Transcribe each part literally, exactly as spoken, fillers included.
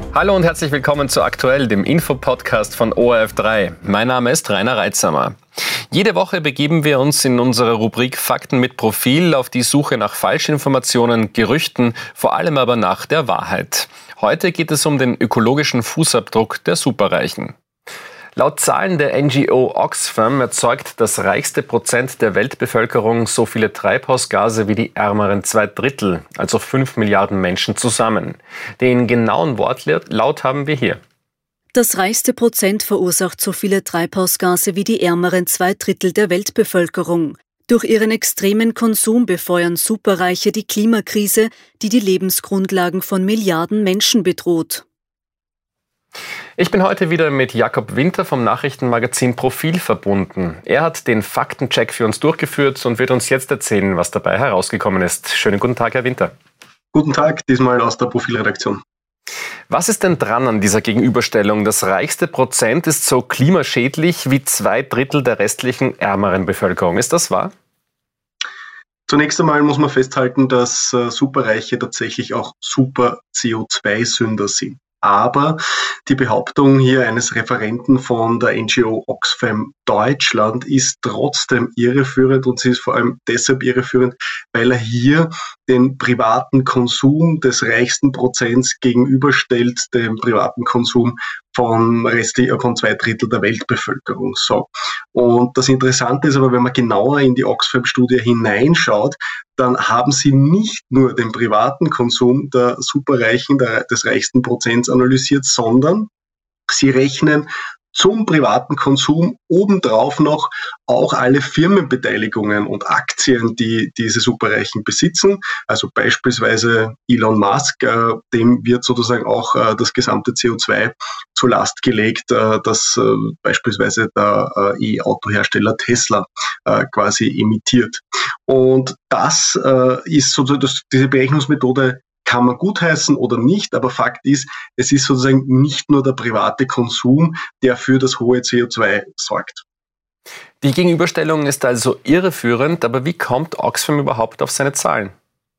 Hallo und herzlich willkommen zu Aktuell, dem Infopodcast von O R F drei. Mein Name ist Rainer Reitsamer. Jede Woche begeben wir uns in unserer Rubrik Fakten mit Profil auf die Suche nach Falschinformationen, Gerüchten, vor allem aber nach der Wahrheit. Heute geht es um den ökologischen Fußabdruck der Superreichen. Laut Zahlen der N G O Oxfam erzeugt das reichste Prozent der Weltbevölkerung so viele Treibhausgase wie die ärmeren zwei Drittel, also fünf Milliarden Menschen zusammen. Den genauen Wortlaut haben wir hier. Das reichste Prozent verursacht so viele Treibhausgase wie die ärmeren zwei Drittel der Weltbevölkerung. Durch ihren extremen Konsum befeuern Superreiche die Klimakrise, die die Lebensgrundlagen von Milliarden Menschen bedroht. Ich bin heute wieder mit Jakob Winter vom Nachrichtenmagazin Profil verbunden. Er hat den Faktencheck für uns durchgeführt und wird uns jetzt erzählen, was dabei herausgekommen ist. Schönen guten Tag, Herr Winter. Guten Tag, diesmal aus der Profilredaktion. Was ist denn dran an dieser Gegenüberstellung? Das reichste Prozent ist so klimaschädlich wie zwei Drittel der restlichen ärmeren Bevölkerung. Ist das wahr? Zunächst einmal muss man festhalten, dass äh, Superreiche tatsächlich auch super C O zwei Sünder sind. Aber die Behauptung hier eines Referenten von der N G O Oxfam Deutschland ist trotzdem irreführend, und sie ist vor allem deshalb irreführend, weil er hier den privaten Konsum des reichsten Prozents gegenüberstellt dem privaten Konsum von restlich, von zwei Drittel der Weltbevölkerung. So. Und das Interessante ist aber, wenn man genauer in die Oxfam-Studie hineinschaut, dann haben sie nicht nur den privaten Konsum der Superreichen, der, des reichsten Prozents analysiert, sondern sie rechnen zum privaten Konsum obendrauf noch auch alle Firmenbeteiligungen und Aktien, die diese Superreichen besitzen. Also beispielsweise Elon Musk, äh, dem wird sozusagen auch äh, das gesamte C O zwei zur Last gelegt, äh, das äh, beispielsweise der äh, E-Auto-Hersteller Tesla äh, quasi emittiert. Und das äh, ist sozusagen, das, diese Berechnungsmethode kann man gutheißen oder nicht, aber Fakt ist, es ist sozusagen nicht nur der private Konsum, der für das hohe C O zwei sorgt. Die Gegenüberstellung ist also irreführend, aber wie kommt Oxfam überhaupt auf seine Zahlen?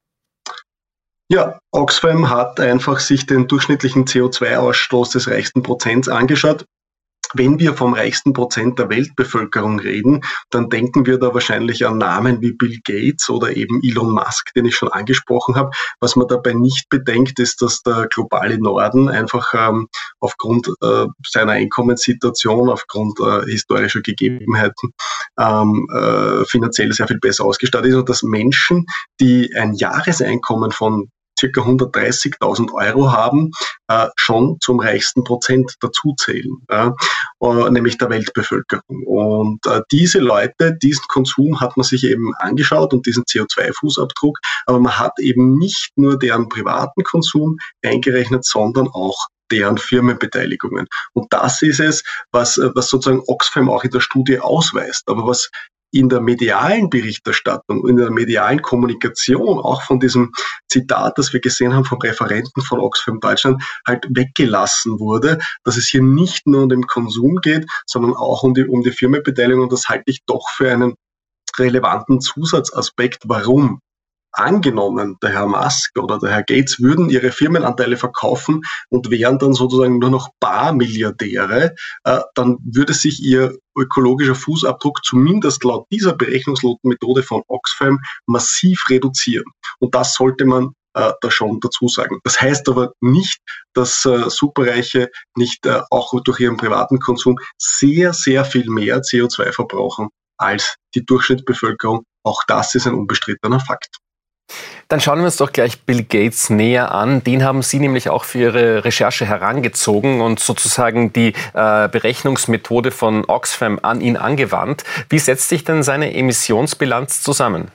Ja, Oxfam hat einfach sich den durchschnittlichen C O zwei Ausstoß des reichsten Prozents angeschaut. Wenn wir vom reichsten Prozent der Weltbevölkerung reden, dann denken wir da wahrscheinlich an Namen wie Bill Gates oder eben Elon Musk, den ich schon angesprochen habe. Was man dabei nicht bedenkt, ist, dass der globale Norden einfach ähm, aufgrund äh, seiner Einkommenssituation, aufgrund äh, historischer Gegebenheiten ähm, äh, finanziell sehr viel besser ausgestattet ist und dass Menschen, die ein Jahreseinkommen von circa hundertdreißigtausend Euro haben, äh, schon zum reichsten Prozent dazuzählen, äh, äh, nämlich der Weltbevölkerung. Und äh, diese Leute, diesen Konsum hat man sich eben angeschaut und diesen C O zwei Fußabdruck, aber man hat eben nicht nur deren privaten Konsum eingerechnet, sondern auch deren Firmenbeteiligungen. Und das ist es, was, was sozusagen Oxfam auch in der Studie ausweist, aber was in der medialen Berichterstattung, in der medialen Kommunikation, auch von diesem Zitat, das wir gesehen haben vom Referenten von Oxfam Deutschland, halt weggelassen wurde, dass es hier nicht nur um den Konsum geht, sondern auch um die, um die Firmenbeteiligung. Und das halte ich doch für einen relevanten Zusatzaspekt. Warum? Angenommen, der Herr Musk oder der Herr Gates würden ihre Firmenanteile verkaufen und wären dann sozusagen nur noch Barmilliardäre, äh, dann würde sich ihr ökologischer Fußabdruck zumindest laut dieser Berechnungsmethode von Oxfam massiv reduzieren. Und das sollte man äh, da schon dazu sagen. Das heißt aber nicht, dass äh, Superreiche nicht äh, auch durch ihren privaten Konsum sehr, sehr viel mehr C O zwei verbrauchen als die Durchschnittsbevölkerung. Auch das ist ein unbestrittener Fakt. Dann schauen wir uns doch gleich Bill Gates näher an. Den haben Sie nämlich auch für Ihre Recherche herangezogen und sozusagen die äh, Berechnungsmethode von Oxfam an ihn angewandt. Wie setzt sich denn seine Emissionsbilanz zusammen?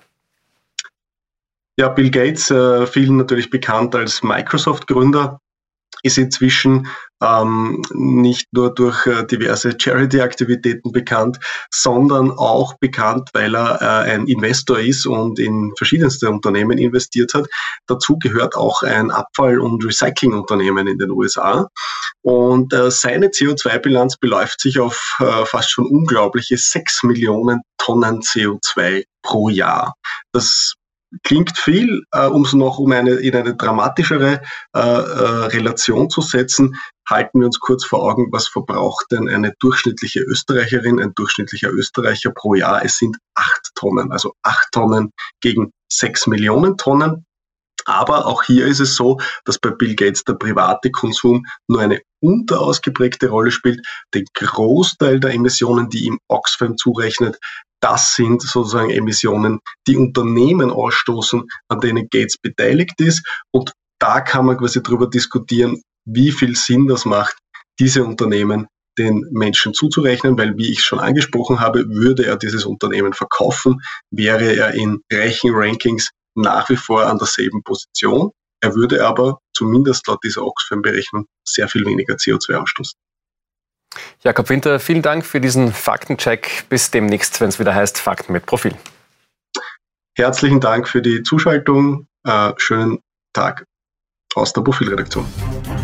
Ja, Bill Gates, äh, vielen natürlich bekannt als Microsoft-Gründer, ist inzwischen ähm, nicht nur durch äh, diverse Charity-Aktivitäten bekannt, sondern auch bekannt, weil er äh, ein Investor ist und in verschiedenste Unternehmen investiert hat. Dazu gehört auch ein Abfall- und Recyclingunternehmen in den U S A. Und äh, seine C O zwei Bilanz beläuft sich auf äh, fast schon unglaubliche sechs Millionen Tonnen C O zwei pro Jahr. Das klingt viel, äh, um es noch um eine, in eine dramatischere äh, äh, Relation zu setzen, halten wir uns kurz vor Augen, was verbraucht denn eine durchschnittliche Österreicherin, ein durchschnittlicher Österreicher pro Jahr? Es sind acht Tonnen, also acht Tonnen gegen sechs Millionen Tonnen. Aber auch hier ist es so, dass bei Bill Gates der private Konsum nur eine unterausgeprägte Rolle spielt. Den Großteil der Emissionen, die ihm Oxfam zurechnet, das sind sozusagen Emissionen, die Unternehmen ausstoßen, an denen Gates beteiligt ist. Und da kann man quasi drüber diskutieren, wie viel Sinn das macht, diese Unternehmen den Menschen zuzurechnen, weil, wie ich schon angesprochen habe, würde er dieses Unternehmen verkaufen, wäre er in reichen Rankings nach wie vor an derselben Position. Er würde aber, zumindest laut dieser Oxfam-Berechnung, sehr viel weniger C O zwei ausstoßen. Jakob Winter, vielen Dank für diesen Faktencheck. Bis demnächst, wenn es wieder heißt Fakten mit Profil. Herzlichen Dank für die Zuschaltung. Äh, schönen Tag aus der Profilredaktion.